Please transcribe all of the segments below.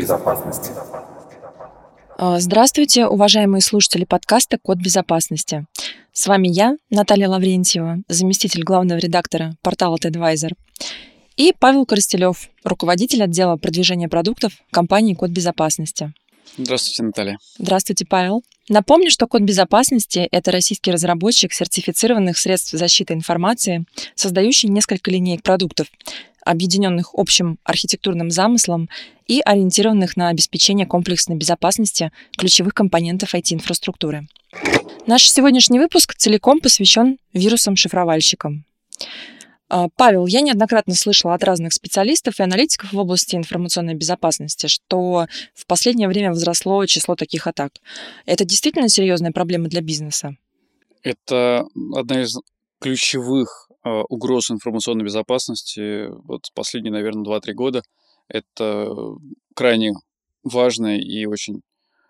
Здравствуйте, уважаемые слушатели подкаста «Код безопасности». С вами я, Наталья Лаврентьева, заместитель главного редактора портала TEDvisor, и Павел Коростелев, руководитель отдела продвижения продуктов компании «Код безопасности». Здравствуйте, Наталья. Здравствуйте, Павел. Напомню, что «Код безопасности» — это российский разработчик сертифицированных средств защиты информации, создающий несколько линеек продуктов, объединенных общим архитектурным замыслом и ориентированных на обеспечение комплексной безопасности ключевых компонентов IT-инфраструктуры. Наш сегодняшний выпуск целиком посвящен вирусам-шифровальщикам. Павел, я неоднократно слышала от разных специалистов и аналитиков в области информационной безопасности, что в последнее время возросло число таких атак. Это действительно серьезная проблема для бизнеса? Это одна из ключевых угроз информационной безопасности последние, наверное, 2-3 года. Это крайне важная и очень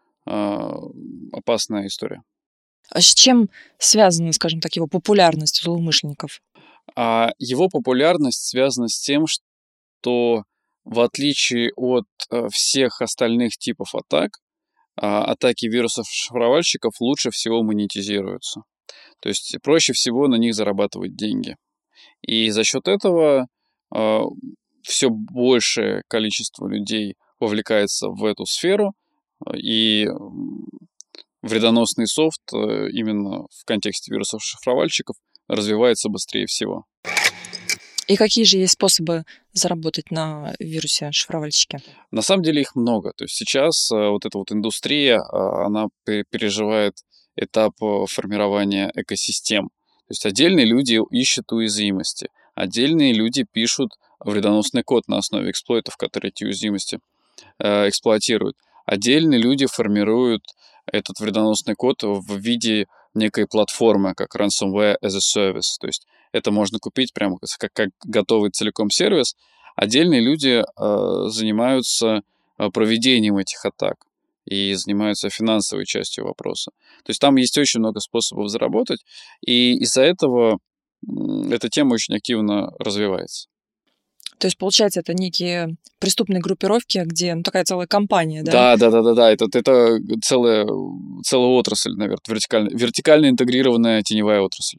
опасная история. А с чем связана, скажем так, его популярность у злоумышленников? Его популярность связана с тем, что в отличие от всех остальных типов атак, атаки вирусов-шифровальщиков лучше всего монетизируются. То есть проще всего на них зарабатывать деньги. И за счет этого все большее количество людей вовлекается в эту сферу, и вредоносный софт именно в контексте вирусов-шифровальщиков развивается быстрее всего. И какие же есть способы заработать на вирусе-шифровальщике? На самом деле их много. То есть сейчас вот эта вот индустрия, она переживает этап формирования экосистем. То есть отдельные люди ищут уязвимости, отдельные люди пишут вредоносный код на основе эксплойтов, которые эти уязвимости эксплуатируют. Отдельные люди формируют этот вредоносный код в виде некой платформы, как ransomware as a service. То есть это можно купить прямо как готовый целиком сервис. Отдельные люди занимаются проведением этих атак и занимаются финансовой частью вопроса. То есть там есть очень много способов заработать, и из-за этого эта тема очень активно развивается. То есть, получается, это некие преступные группировки, где такая целая компания, да? Да. Это целая отрасль, наверное, вертикально интегрированная теневая отрасль.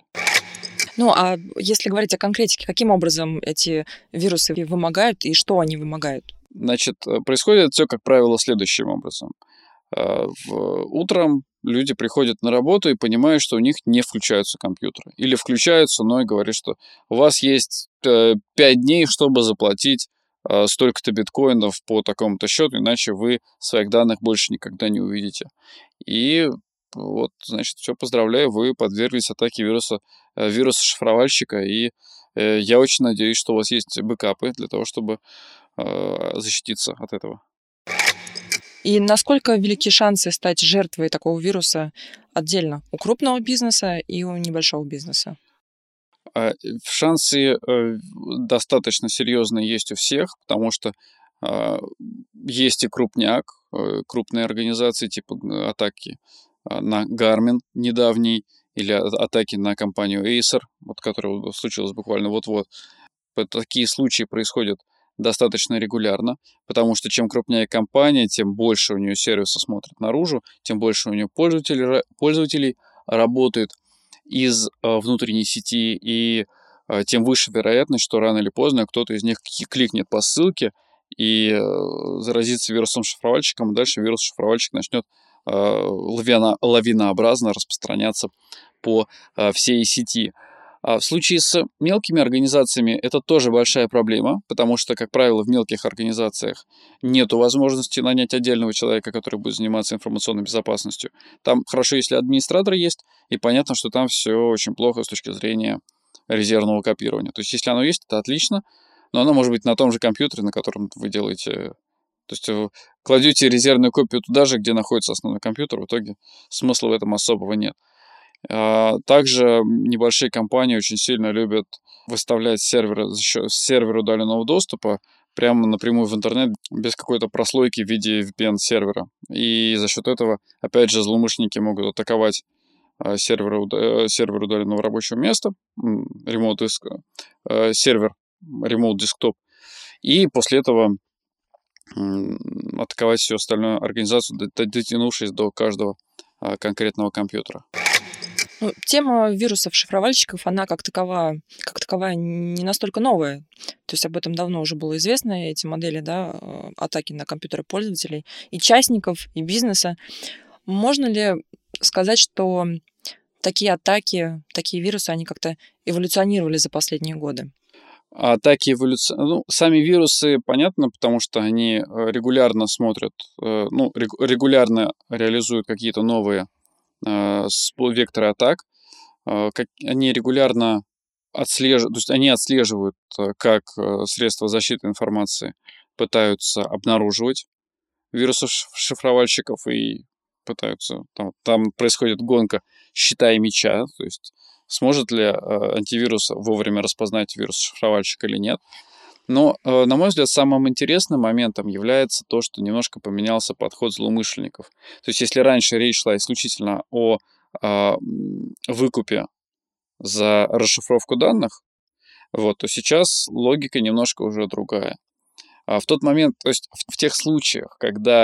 А если говорить о конкретике, каким образом эти вирусы вымогают и что они вымогают? Значит, происходит все, как правило, следующим образом. Утром люди приходят на работу и понимают, что у них не включаются компьютеры. Или включаются, но и говорят, что у вас есть 5 дней, чтобы заплатить столько-то биткоинов по такому-то счету, иначе вы своих данных больше никогда не увидите. И значит, все, поздравляю, вы подверглись атаке вируса-шифровальщика, и я очень надеюсь, что у вас есть бэкапы для того, чтобы защититься от этого. И насколько велики шансы стать жертвой такого вируса отдельно у крупного бизнеса и у небольшого бизнеса? Шансы достаточно серьезные есть у всех, потому что есть и крупняк, крупные организации типа атаки на Garmin недавней или атаки на компанию Acer, которая случилась буквально вот-вот. Такие случаи происходят достаточно регулярно, потому что чем крупнее компания, тем больше у нее сервисы смотрят наружу, тем больше у нее пользователей работает из внутренней сети, и тем выше вероятность, что рано или поздно кто-то из них кликнет по ссылке и заразится вирусом-шифровальщиком, и дальше вирус-шифровальщик начнет лавинообразно распространяться по всей сети. А в случае с мелкими организациями это тоже большая проблема, потому что, как правило, в мелких организациях нет возможности нанять отдельного человека, который будет заниматься информационной безопасностью. Там хорошо, если администратор есть, и понятно, что там все очень плохо с точки зрения резервного копирования. То есть, если оно есть, это отлично, но оно может быть на том же компьютере, на котором вы делаете... То есть, вы кладете резервную копию туда же, где находится основной компьютер, в итоге смысла в этом особого нет. Также небольшие компании очень сильно любят выставлять сервер удаленного доступа прямо напрямую в интернет без какой-то прослойки в виде VPN-сервера. И за счет этого, опять же, злоумышленники могут атаковать сервер удаленного рабочего места, сервер Remote Desktop, и после этого атаковать всю остальную организацию, дотянувшись до каждого конкретного компьютера. Ну, тема вирусов-шифровальщиков, она как таковая не настолько новая. То есть об этом давно уже было известно, эти модели, да, атаки на компьютеры пользователей, и частников, и бизнеса. Можно ли сказать, что такие атаки, такие вирусы, они как-то эволюционировали за последние годы? Атаки сами вирусы, понятно, потому что они регулярно смотрят, регулярно реализуют какие-то новые векторы атак. Они регулярно отслеживают, то есть они отслеживают, как средства защиты информации пытаются обнаруживать вирусов-шифровальщиков и пытаются... Там происходит гонка щита и меча, то есть сможет ли антивирус вовремя распознать вирус-шифровальщик или нет. Но, на мой взгляд, самым интересным моментом является то, что немножко поменялся подход злоумышленников. То есть если раньше речь шла исключительно о выкупе за расшифровку данных, то сейчас логика немножко уже другая. В тот момент, то есть в тех случаях, когда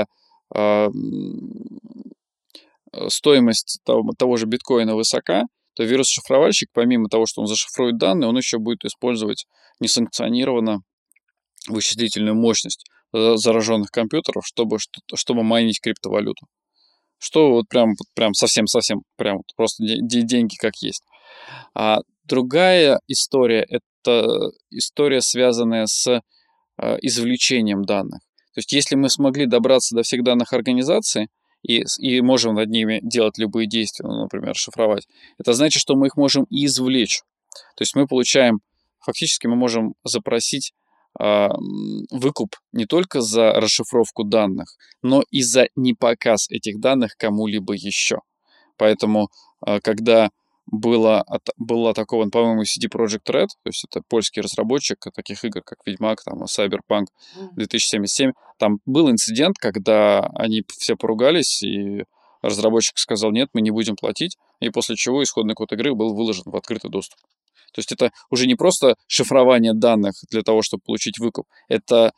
стоимость того же биткоина высока, то вирус-шифровальщик, помимо того, что он зашифрует данные, он еще будет использовать несанкционированно вычислительную мощность зараженных компьютеров, чтобы майнить криптовалюту. Что вот прям совсем-совсем, прям просто деньги как есть. А другая история – это история, связанная с извлечением данных. То есть если мы смогли добраться до всех данных организации и можем над ними делать любые действия, например, шифровать, это значит, что мы их можем и извлечь. То есть фактически мы можем запросить выкуп не только за расшифровку данных, но и за непоказ этих данных кому-либо еще. Поэтому, когда был атакован, по-моему, CD Projekt Red, то есть это польский разработчик таких игр, как Ведьмак, Cyberpunk 2077, там был инцидент, когда они все поругались, и разработчик сказал: нет, мы не будем платить, и после чего исходный код игры был выложен в открытый доступ. То есть это уже не просто шифрование данных для того, чтобы получить выкуп, это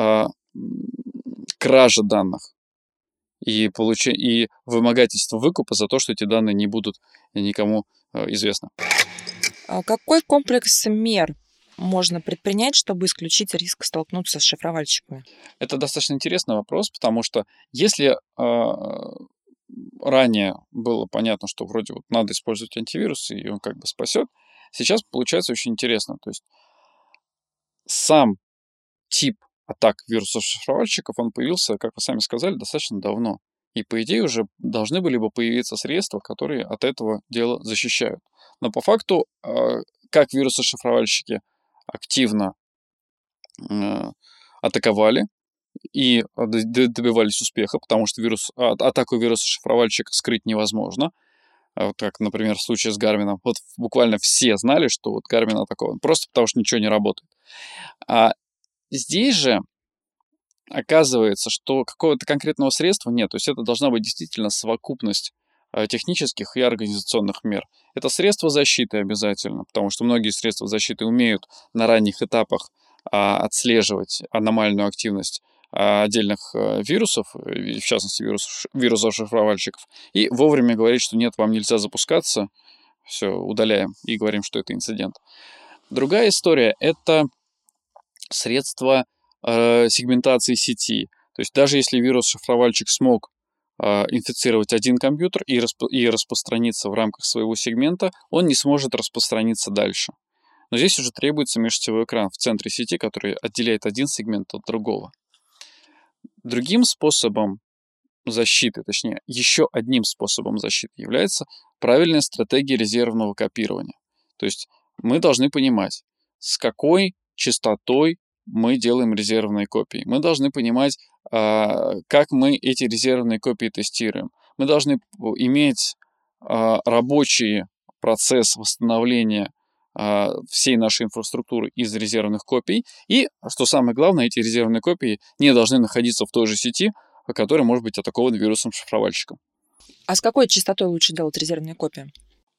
кража данных и вымогательство выкупа за то, что эти данные не будут никому известны. Какой комплекс мер можно предпринять, чтобы исключить риск столкнуться с шифровальщиками? Это достаточно интересный вопрос, потому что если ранее было понятно, что вроде надо использовать антивирус, и он как бы спасет, сейчас получается очень интересно. То есть сам тип атак вирусов-шифровальщиков, он появился, как вы сами сказали, достаточно давно. И, по идее, уже должны были бы появиться средства, которые от этого дела защищают. Но по факту, как вирусы-шифровальщики активно атаковали и добивались успеха, потому что атаку вируса-шифровальщика скрыть невозможно. Как, например, в случае с Гармином. Буквально все знали, что Гармин атакован, просто потому что ничего не работает. А здесь же оказывается, что какого-то конкретного средства нет. То есть это должна быть действительно совокупность технических и организационных мер. Это средства защиты обязательно, потому что многие средства защиты умеют на ранних этапах отслеживать аномальную активность отдельных вирусов, в частности вирусов-шифровальщиков, и вовремя говорить, что нет, вам нельзя запускаться, все, удаляем и говорим, что это инцидент. Другая история – это средства сегментации сети. То есть даже если вирус-шифровальщик смог инфицировать один компьютер и распространиться в рамках своего сегмента, он не сможет распространиться дальше. Но здесь уже требуется межсетевой экран в центре сети, который отделяет один сегмент от другого. Другим способом защиты, точнее, еще одним способом защиты является правильная стратегия резервного копирования. То есть мы должны понимать, с какой частотой мы делаем резервные копии. Мы должны понимать, как мы эти резервные копии тестируем. Мы должны иметь рабочий процесс восстановления всей нашей инфраструктуры из резервных копий. И, что самое главное, эти резервные копии не должны находиться в той же сети, которая может быть атакована вирусом-шифровальщиком. А с какой частотой лучше делать резервные копии?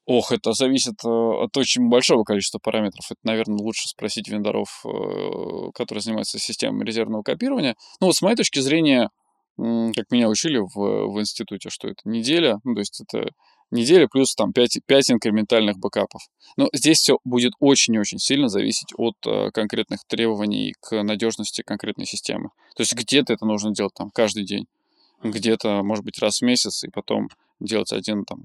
Ох, это зависит от очень большого количества параметров. Это, наверное, лучше спросить вендоров, которые занимаются системами резервного копирования. Ну вот с моей точки зрения, как меня учили в институте, что это неделя, ну то есть это неделя плюс там 5 инкрементальных бэкапов. Но здесь все будет очень-очень сильно зависеть от конкретных требований к надежности конкретной системы. То есть где-то это нужно делать там каждый день, где-то, может быть, раз в месяц, и потом делать один там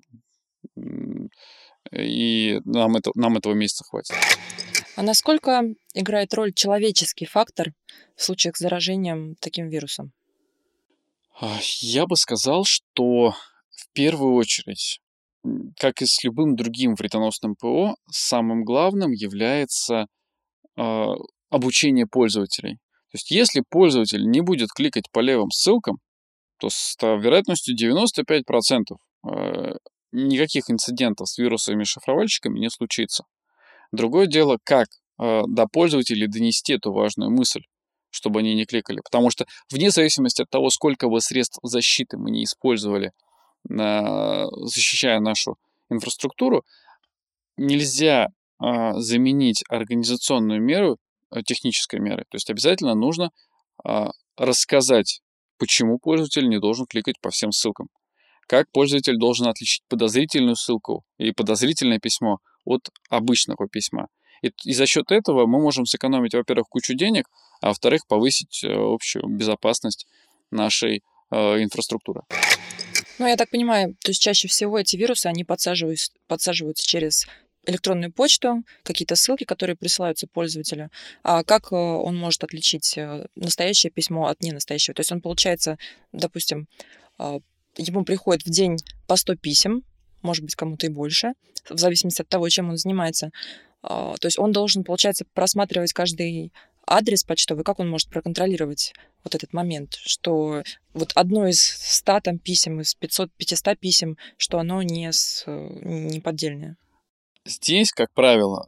и нам этого месяца хватит. А насколько играет роль человеческий фактор в случаях с заражением таким вирусом? Я бы сказал, что в первую очередь, как и с любым другим вредоносным ПО, самым главным является а, обучение пользователей. То есть если пользователь не будет кликать по левым ссылкам, то с вероятностью 95% никаких инцидентов с вирусами-шифровальщиками не случится. Другое дело, как до пользователей донести эту важную мысль, чтобы они не кликали. Потому что вне зависимости от того, сколько бы средств защиты мы не использовали, защищая нашу инфраструктуру, нельзя заменить организационную меру технической мерой. То есть обязательно нужно рассказать, почему пользователь не должен кликать по всем ссылкам. Как пользователь должен отличить подозрительную ссылку и подозрительное письмо от обычного письма. И за счет этого мы можем сэкономить, во-первых, кучу денег, а во-вторых, повысить общую безопасность нашей инфраструктуры. Ну, я так понимаю, то есть чаще всего эти вирусы, они подсаживаются через электронную почту, какие-то ссылки, которые присылаются пользователю. А как он может отличить настоящее письмо от ненастоящего? То есть он, получается, допустим, ему приходит в день по 100 писем, может быть, кому-то и больше, в зависимости от того, чем он занимается. То есть он должен, получается, просматривать каждый адрес почтовый. Как он может проконтролировать вот этот момент, что вот одно из 100 там, писем, из 500 писем, что оно не поддельное? Здесь, как правило,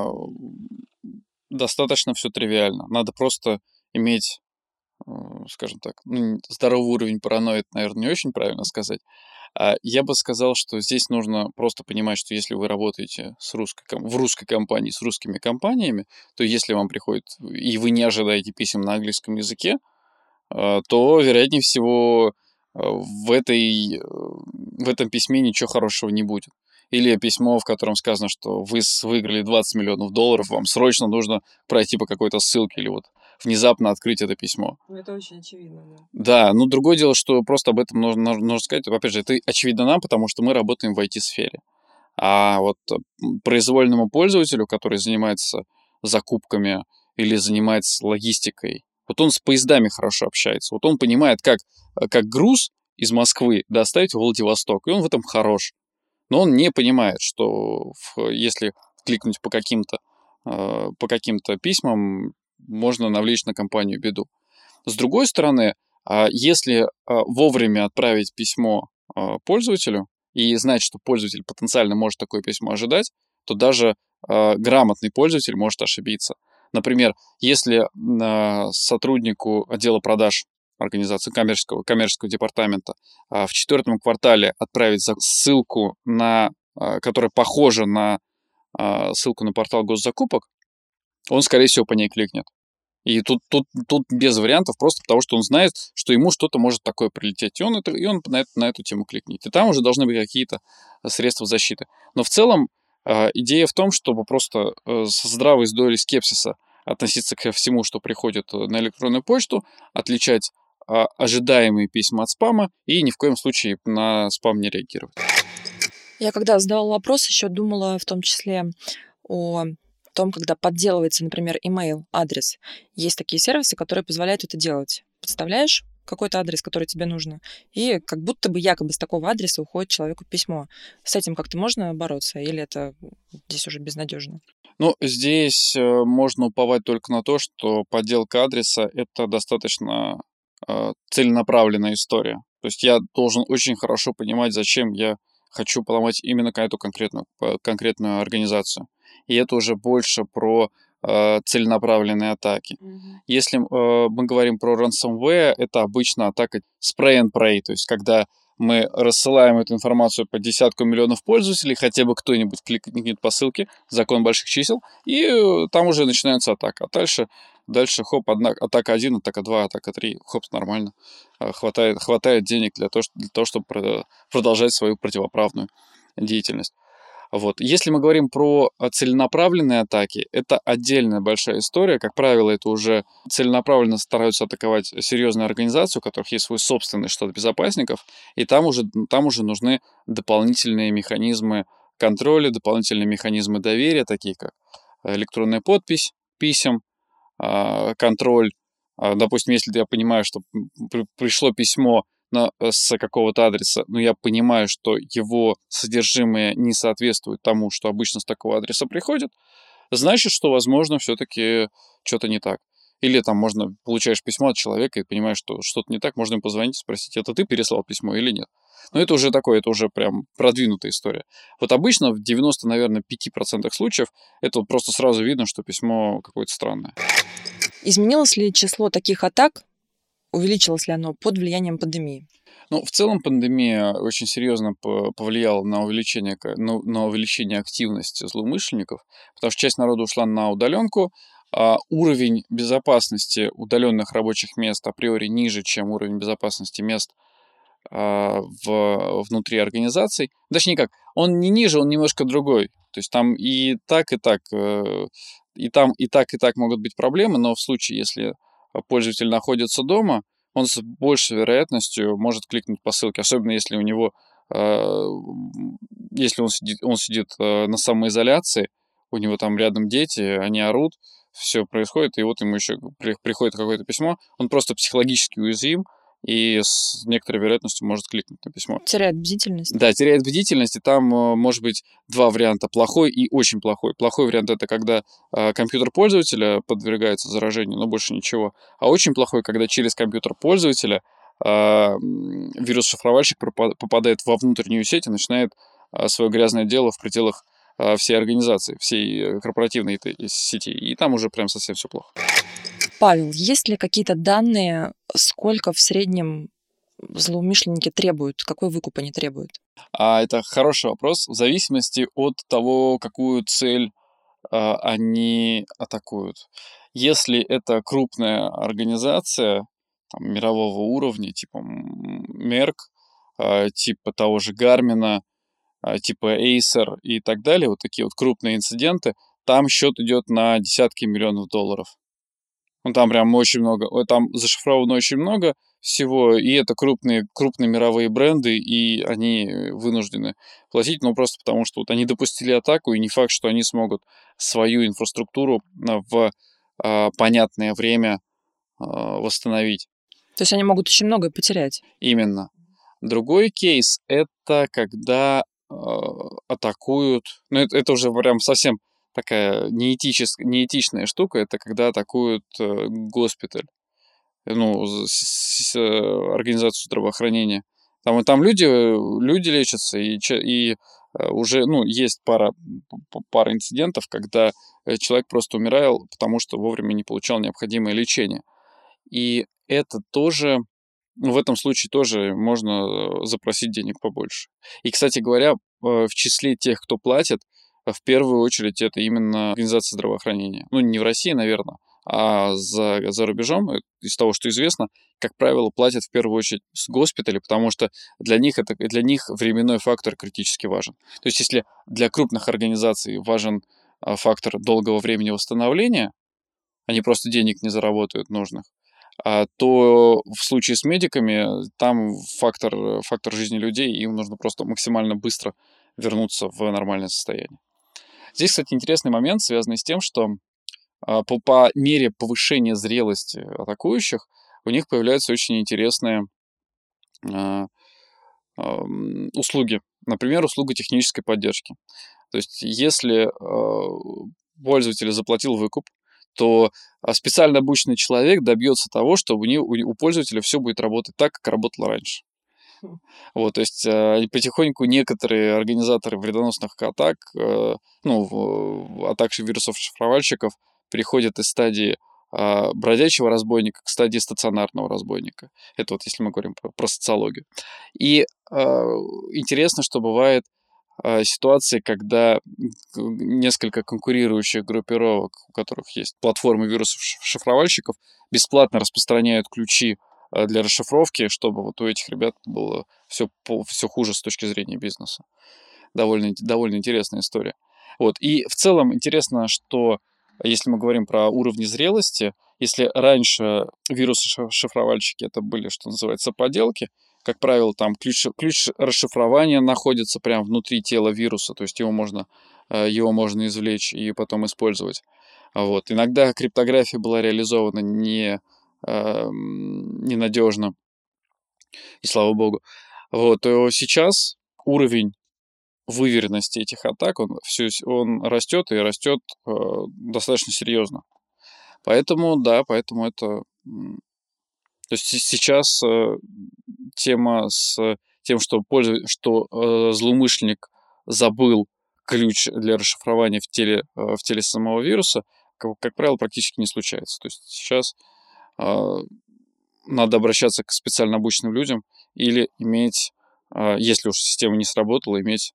достаточно все тривиально. Надо просто иметь, скажем так, здоровый уровень паранойи, это, наверное, не очень правильно сказать. Я бы сказал, что здесь нужно просто понимать, что если вы работаете в русской компании с русскими компаниями, то если вам приходит, и вы не ожидаете писем на английском языке, то, вероятнее всего, в этом письме ничего хорошего не будет. Или письмо, в котором сказано, что вы выиграли 20 миллионов долларов, вам срочно нужно пройти по какой-то ссылке или вот внезапно открыть это письмо. Ну, это очень очевидно, да. Да, ну другое дело, что просто об этом нужно сказать. Опять же, это очевидно нам, потому что мы работаем в IT-сфере. А вот произвольному пользователю, который занимается закупками или занимается логистикой, вот он с поездами хорошо общается. Вот он понимает, как груз из Москвы доставить в Владивосток, и он в этом хорош. Но он не понимает, что если кликнуть по каким-то письмам, можно навлечь на компанию беду. С другой стороны, если вовремя отправить письмо пользователю и знать, что пользователь потенциально может такое письмо ожидать, то даже грамотный пользователь может ошибиться. Например, если сотруднику отдела продаж организации коммерческого департамента в четвертом квартале отправить ссылку, которая похожа на ссылку на портал госзакупок, он, скорее всего, по ней кликнет. И тут без вариантов, просто потому что он знает, что ему что-то может такое прилететь. И он на эту тему кликнет. И там уже должны быть какие-то средства защиты. Но в целом идея в том, чтобы просто со здравой долей скепсиса относиться ко всему, что приходит на электронную почту, отличать ожидаемые письма от спама и ни в коем случае на спам не реагировать. Я когда задавала вопрос, еще думала в том числе о том, когда подделывается, например, email, адрес. Есть такие сервисы, которые позволяют это делать. Подставляешь какой-то адрес, который тебе нужно, и как будто бы якобы с такого адреса уходит человеку письмо. С этим как-то можно бороться, или это здесь уже безнадежно? Ну, здесь можно уповать только на то, что подделка адреса — это достаточно целенаправленная история. То есть я должен очень хорошо понимать, зачем я хочу поломать именно эту конкретную организацию. И это уже больше про целенаправленные атаки. Если мы говорим про ransomware, это обычно атака spray and pray, то есть когда мы рассылаем эту информацию по десятку миллионов пользователей, хотя бы кто-нибудь кликнет по ссылке, закон больших чисел, и там уже начинается атака. А дальше хоп, атака 1, атака 2, атака 3, хоп, нормально. Хватает денег для того, чтобы продолжать свою противоправную деятельность. Вот. Если мы говорим про целенаправленные атаки, это отдельная большая история. Как правило, это уже целенаправленно стараются атаковать серьезную организацию, у которых есть свой собственный штат безопасников, и там уже нужны дополнительные механизмы контроля, дополнительные механизмы доверия, такие как электронная подпись писем, контроль. Допустим, если я понимаю, что пришло письмо с какого-то адреса, но я понимаю, что его содержимое не соответствует тому, что обычно с такого адреса приходит, значит, что, возможно, все-таки что-то не так. Или там получаешь письмо от человека и понимаешь, что что-то не так, можно им позвонить и спросить, это ты переслал письмо или нет. Но это уже прям продвинутая история. Вот обычно в 90, наверное, 5% случаев это вот просто сразу видно, что письмо какое-то странное. Изменилось ли число таких атак? Увеличилось ли оно под влиянием пандемии? Ну, в целом пандемия очень серьезно повлияла на увеличение активности злоумышленников, потому что часть народа ушла на удаленку, а уровень безопасности удаленных рабочих мест априори ниже, чем уровень безопасности мест внутри организаций. Точнее как, он не ниже, он немножко другой. То есть там и так, и так могут быть проблемы, но в случае, если пользователь находится дома, он с большей вероятностью может кликнуть по ссылке, особенно если у него, если он сидит на самоизоляции, у него там рядом дети, они орут, все происходит, и вот ему еще приходит какое-то письмо, он просто психологически уязвим, и с некоторой вероятностью может кликнуть на письмо. Теряет бдительность. Да, теряет бдительность, и там может быть два варианта: плохой и очень плохой. Плохой вариант — это когда компьютер пользователя подвергается заражению, но больше ничего. А очень плохой, когда через компьютер пользователя вирус-шифровальщик попадает во внутреннюю сеть и начинает свое грязное дело в пределах всей организации, всей корпоративной этой сети. И там уже прям совсем все плохо. Павел, есть ли какие-то данные, сколько в среднем злоумышленники требуют, какой выкуп они требуют? Это хороший вопрос. В зависимости от того, какую цель они атакуют. Если это крупная организация там, мирового уровня, типа Merck, типа того же Гармина, типа Acer и так далее, вот такие вот крупные инциденты, там счет идет на десятки миллионов долларов. Ну, там прям очень много, там зашифровано очень много всего, и это крупные мировые бренды, и они вынуждены платить, ну, просто потому что вот они допустили атаку, и не факт, что они смогут свою инфраструктуру в понятное время восстановить. То есть они могут очень многое потерять. Именно. Другой кейс — это когда атакуют, ну, это уже прям совсем такая неэтичная штука, это когда атакуют госпиталь, ну, организацию здравоохранения. Там люди лечатся, и уже, ну, есть пара инцидентов, когда человек просто умирал, потому что вовремя не получал необходимое лечение. И это тоже, ну, в этом случае тоже можно запросить денег побольше. И, кстати говоря, в числе тех, кто платит, в первую очередь это именно организация здравоохранения. Ну, не в России, наверное, а за рубежом, из того, что известно, как правило, платят в первую очередь с госпиталей, потому что для них временной фактор критически важен. То есть если для крупных организаций важен фактор долгого времени восстановления, они просто денег не заработают нужных, то в случае с медиками там фактор жизни людей, и им нужно просто максимально быстро вернуться в нормальное состояние. Здесь, кстати, интересный момент, связанный с тем, что по мере повышения зрелости атакующих у них появляются очень интересные услуги. Например, услуга технической поддержки. То есть если пользователь заплатил выкуп, то специально обученный человек добьется того, что у пользователя все будет работать так, как работало раньше. Вот, то есть потихоньку некоторые организаторы вредоносных атак, атак вирусов-шифровальщиков переходят из стадии бродячего разбойника к стадии стационарного разбойника. Это вот если мы говорим про социологию. И интересно, что бывает ситуации, когда несколько конкурирующих группировок, у которых есть платформы вирусов-шифровальщиков, бесплатно распространяют ключи для расшифровки, чтобы вот у этих ребят было все хуже с точки зрения бизнеса. Довольно интересная история. Вот. И в целом интересно, что если мы говорим про уровни зрелости, если раньше вирусы-шифровальщики это были, что называется, поделки, как правило, там ключ расшифрования находится прямо внутри тела вируса, то есть его можно извлечь и потом использовать. Вот. Иногда криптография была реализована ненадежно, и слава богу. Вот. То сейчас уровень выверенности этих атак, он растет и растет достаточно серьезно. Поэтому это... То есть сейчас тема с тем, что злоумышленник забыл ключ для расшифрования в теле самого вируса, как правило, практически не случается. То есть сейчас надо обращаться к специально обученным людям или иметь, если уж система не сработала, иметь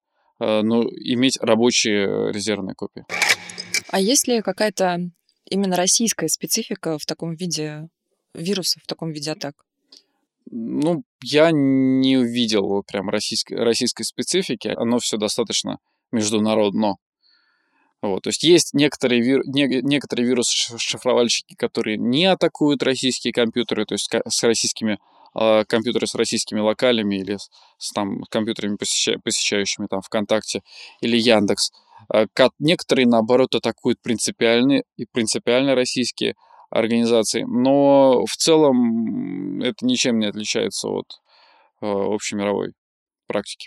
рабочие резервные копии. А есть ли какая-то именно российская специфика в таком виде вирусов, в таком виде атак? Ну, я не увидел прям российской специфики. Оно все достаточно международно. Вот. То есть некоторые вирус-шифровальщики, которые не атакуют российские компьютеры, то есть компьютеры с российскими локалями или с компьютерами, посещающими там ВКонтакте или Яндекс. Некоторые, наоборот, атакуют принципиально российские организации, но в целом это ничем не отличается от общемировой практики.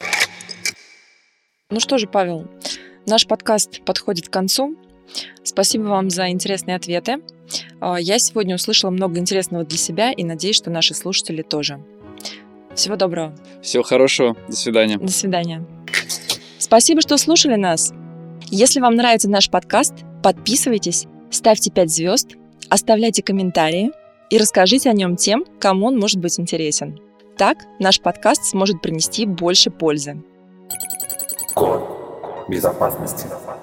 Ну что же, Павел, наш подкаст подходит к концу. Спасибо вам за интересные ответы. Я сегодня услышала много интересного для себя и надеюсь, что наши слушатели тоже. Всего доброго. Всего хорошего. До свидания. До свидания. Спасибо, что слушали нас. Если вам нравится наш подкаст, подписывайтесь, ставьте 5 звезд, оставляйте комментарии и расскажите о нем тем, кому он может быть интересен. Так наш подкаст сможет принести больше пользы. Код безопасности.